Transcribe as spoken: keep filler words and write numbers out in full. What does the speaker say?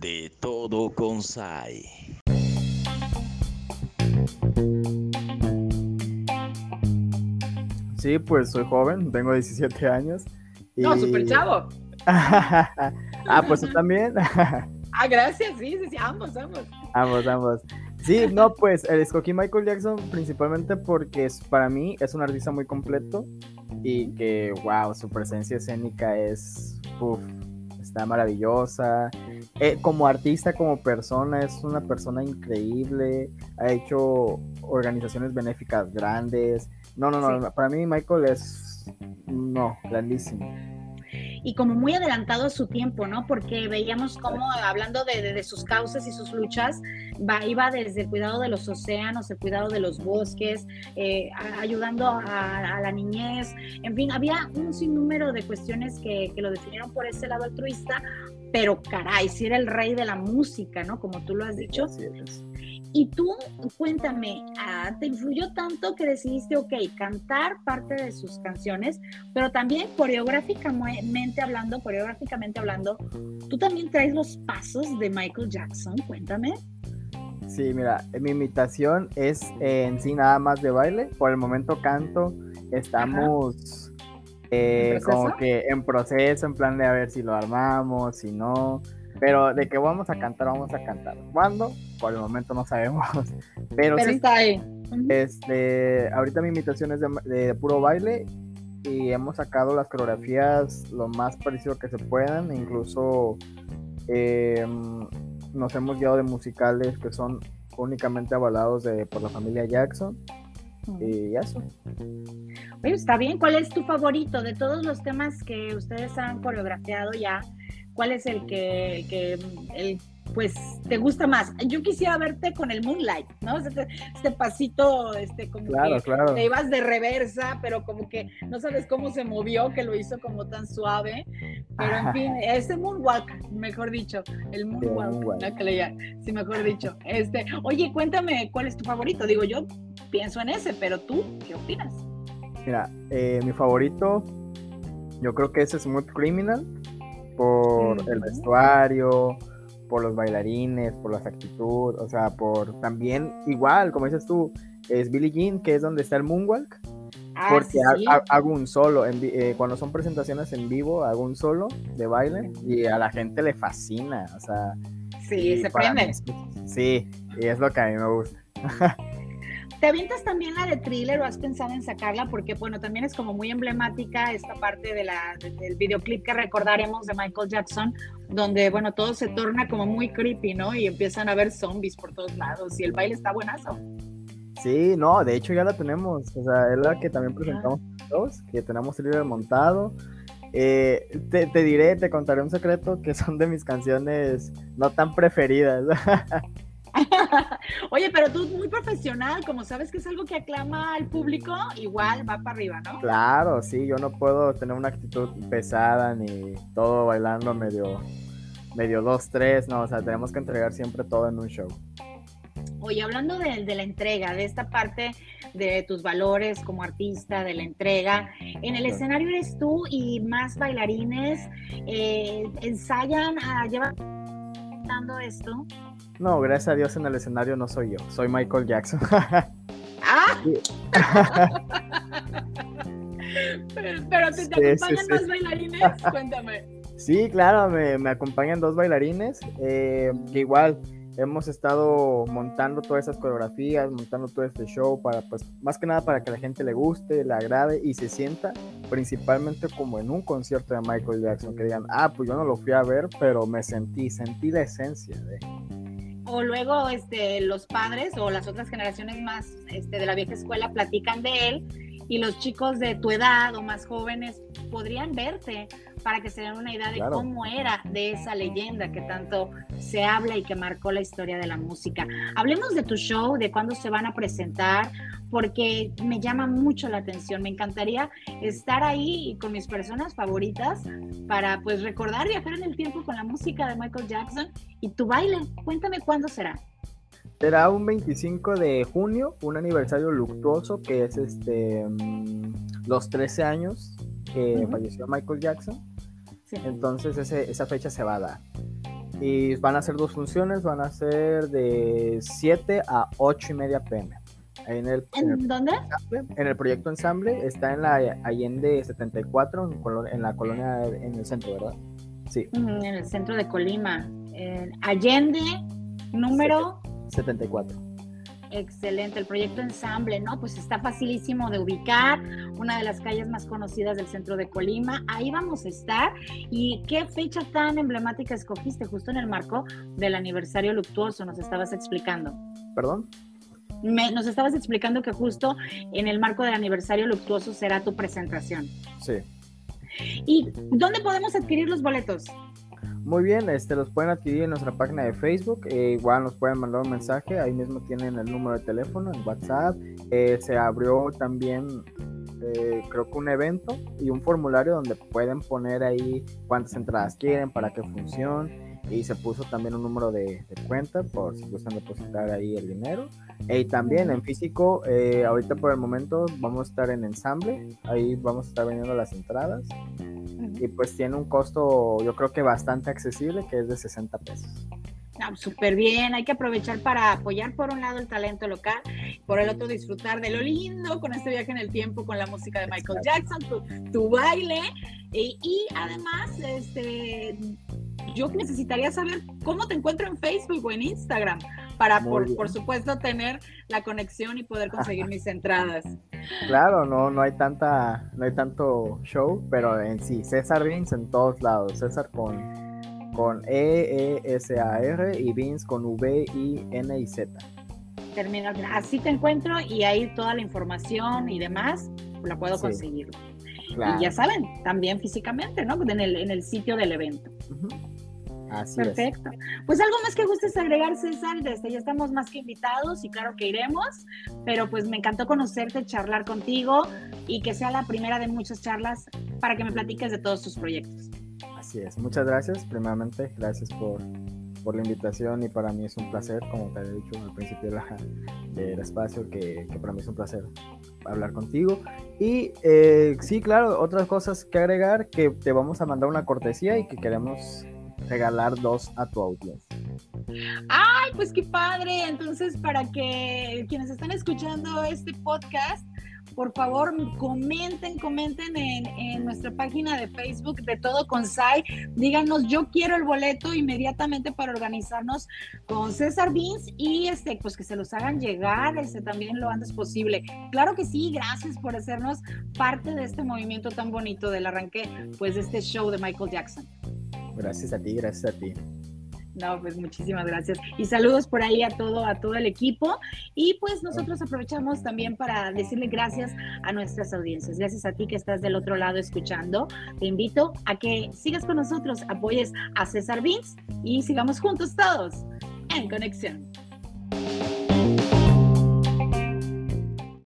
De todo con Sai. Sí, pues soy joven, tengo diecisiete años. Y... No, súper chavo. Ah, pues tú también. Ah, gracias, sí, sí, sí, ambos, ambos. Ambos, ambos. Sí, no, pues el escogí Michael Jackson principalmente porque es, para mí es un artista muy completo y que, wow, su presencia escénica es, uf, está maravillosa. Eh, como artista, como persona, es una persona increíble. Ha hecho organizaciones benéficas grandes. No, no, no, Sí. para mí Michael es, no, grandísimo. Y como muy adelantado a su tiempo, ¿no? Porque veíamos cómo, hablando de, de, de sus causas y sus luchas, va, iba desde el cuidado de los océanos, el cuidado de los bosques, eh, a, ayudando a, a la niñez, en fin, había un sinnúmero de cuestiones que, que lo definieron por ese lado altruista, pero caray, si era el rey de la música, ¿no? Como tú lo has dicho. Sí, es. Y tú, cuéntame, ¿te influyó tanto que decidiste, ok, cantar parte de sus canciones, pero también coreográficamente hablando, coreográficamente hablando, tú también traes los pasos de Michael Jackson? Cuéntame. Sí, mira, mi imitación es eh, en sí nada más de baile. Por el momento canto, estamos eh, como que en proceso, en plan de a ver si lo armamos, si no. Pero de que vamos a cantar, vamos a cantar. ¿Cuándo? Por el momento no sabemos. Pero, Pero sí, está ahí. Este, ahorita mi imitación es de, de puro baile y hemos sacado las coreografías lo más parecido que se puedan. Incluso eh, nos hemos guiado de musicales que son únicamente avalados de, por la familia Jackson. Uh-huh. Y eso. Oye, está bien. ¿Cuál es tu favorito de todos los temas que ustedes han coreografiado ya? ¿Cuál es el que, el que el, pues, te gusta más? Yo quisiera verte con el Moonlight, ¿no? Este, este pasito, este, como claro, que claro. te ibas de reversa, pero como que no sabes cómo se movió, que lo hizo como tan suave. Pero en fin, ese Moonwalk, mejor dicho, el Moonwalk, sí, Moonwalk. ¿No? Que leía, sí, mejor dicho. Este, oye, cuéntame, ¿cuál es tu favorito? Digo, yo pienso en ese, pero tú, ¿qué opinas? Mira, eh, mi favorito, yo creo que es Smooth Criminal. Por uh-huh. el vestuario, por los bailarines, por las actitudes, o sea, por también, igual, como dices tú, es Billie Jean, que es donde está el Moonwalk, ah, porque sí, sí. ha, hago un solo, en, eh, cuando son presentaciones en vivo, hago un solo de baile, y a la gente le fascina, o sea. Sí, se prende. Mí, sí, y es lo que a mí me gusta. ¿Te avientas también la de Thriller o has pensado en sacarla? Porque, bueno, también es como muy emblemática esta parte de la, de, del videoclip que recordaremos de Michael Jackson, donde, bueno, todo se torna como muy creepy, ¿no? Y empiezan a ver zombies por todos lados y el baile está buenazo. Sí, no, de hecho ya la tenemos, o sea, es la que también presentamos todos, que tenemos Thriller montado. Eh, te, te diré, te contaré un secreto que son de mis canciones no tan preferidas. Oye, pero tú muy profesional, como sabes que es algo que aclama al público, igual va para arriba, ¿no? Claro, sí, yo no puedo tener una actitud pesada ni todo bailando medio, medio dos, tres, no, o sea, tenemos que entregar siempre todo en un show. Oye, hablando de, de la entrega, de esta parte de tus valores como artista, de la entrega, en el escenario eres tú y más bailarines, eh, ensayan, a, llevan dando esto. No, gracias a Dios en el escenario no soy yo, soy Michael Jackson. ¡Ah! pero, pero te, te sí, acompañan sí, más sí. bailarines, cuéntame. Sí, claro, me, me acompañan dos bailarines, eh, que igual hemos estado montando todas esas coreografías, montando todo este show para, pues, más que nada para que a la gente le guste, le agrade y se sienta principalmente como en un concierto de Michael Jackson, que digan, ah, pues yo no lo fui a ver, pero me sentí, sentí la esencia de... O luego este, los padres o las otras generaciones más este, de la vieja escuela platican de él y los chicos de tu edad o más jóvenes podrían verte para que se den una idea de claro. cómo era de esa leyenda que tanto se habla y que marcó la historia de la música. Hablemos de tu show, de cuándo se van a presentar, porque me llama mucho la atención. Me encantaría estar ahí con mis personas favoritas para pues recordar, viajar en el tiempo con la música de Michael Jackson y tu baile. Cuéntame cuándo será. Será un veinticinco de junio, un aniversario luctuoso que es este um, los trece años que uh-huh. falleció Michael Jackson. Sí. Entonces ese, esa fecha se va a dar. Y van a ser dos funciones, van a ser de siete a ocho y media pm. Ahí en, el, ¿En, en el, dónde? En el proyecto Ensamble, está en la Allende setenta y cuatro, en, colo- en la colonia, en el centro, ¿verdad? Sí. En el centro de Colima. En Allende, número... setenta y cuatro. Excelente, el proyecto Ensamble, ¿no? Pues está facilísimo de ubicar, una de las calles más conocidas del centro de Colima, ahí vamos a estar. ¿Y qué fecha tan emblemática escogiste? Justo en el marco del aniversario luctuoso, nos estabas explicando. ¿Perdón? Me, nos estabas explicando que justo en el marco del aniversario luctuoso será tu presentación. Sí. ¿Y dónde podemos adquirir los boletos? Muy bien, este, los pueden adquirir en nuestra página de Facebook, eh, igual nos pueden mandar un mensaje, ahí mismo tienen el número de teléfono, en WhatsApp, eh, se abrió también, eh, creo que un evento y un formulario donde pueden poner ahí cuántas entradas quieren, para qué función, y se puso también un número de, de cuenta por si gustan depositar ahí el dinero. Y también en físico, eh, ahorita por el momento vamos a estar en Ensamble, ahí vamos a estar vendiendo las entradas. Y pues tiene un costo, yo creo que bastante accesible, que es de sesenta pesos. Ah, súper bien, hay que aprovechar para apoyar por un lado el talento local, por el otro disfrutar de lo lindo con este viaje en el tiempo, con la música de Michael Jackson, tu, tu baile, y, y además, este, yo necesitaría saber cómo te encuentro en Facebook o en Instagram, para por, por supuesto tener la conexión y poder conseguir mis entradas. Claro, no, no hay tanta, no hay tanto show, pero en sí, César Beans en todos lados, César con, con E, E, S, A, R y Beans con V, I, N y Z. Termina, así te encuentro y ahí toda la información y demás la puedo Sí, conseguir. claro. Y ya saben, también físicamente, ¿no? En el, en el sitio del evento. Uh-huh. Así Perfecto. es. Pues algo más que gustes agregar, César, desde ya estamos más que invitados y claro que iremos, pero pues me encantó conocerte, charlar contigo y que sea la primera de muchas charlas para que me platiques de todos tus proyectos. Así es. Muchas gracias. Primeramente, gracias por, por la invitación y para mí es un placer, como te había dicho al principio de la, del espacio, que, que para mí es un placer hablar contigo. Y eh, sí, claro, otras cosas que agregar, que te vamos a mandar una cortesía y que queremos regalar dos a tu audiencia. ¡Ay, pues qué padre! Entonces, para que quienes están escuchando este podcast, por favor, comenten, comenten en, en nuestra página de Facebook de Todo Consay. Díganos, yo quiero el boleto inmediatamente para organizarnos con César Beans y este, pues que se los hagan llegar este, también lo antes posible. Claro que sí, gracias por hacernos parte de este movimiento tan bonito del arranque, pues, de este show de Michael Jackson. Gracias a ti, gracias a ti. No, pues muchísimas gracias. Y saludos por ahí a todo, a todo el equipo. Y pues nosotros aprovechamos también para decirle gracias a nuestras audiencias. Gracias a ti que estás del otro lado escuchando. Te invito a que sigas con nosotros, apoyes a César Beans y sigamos juntos todos en conexión.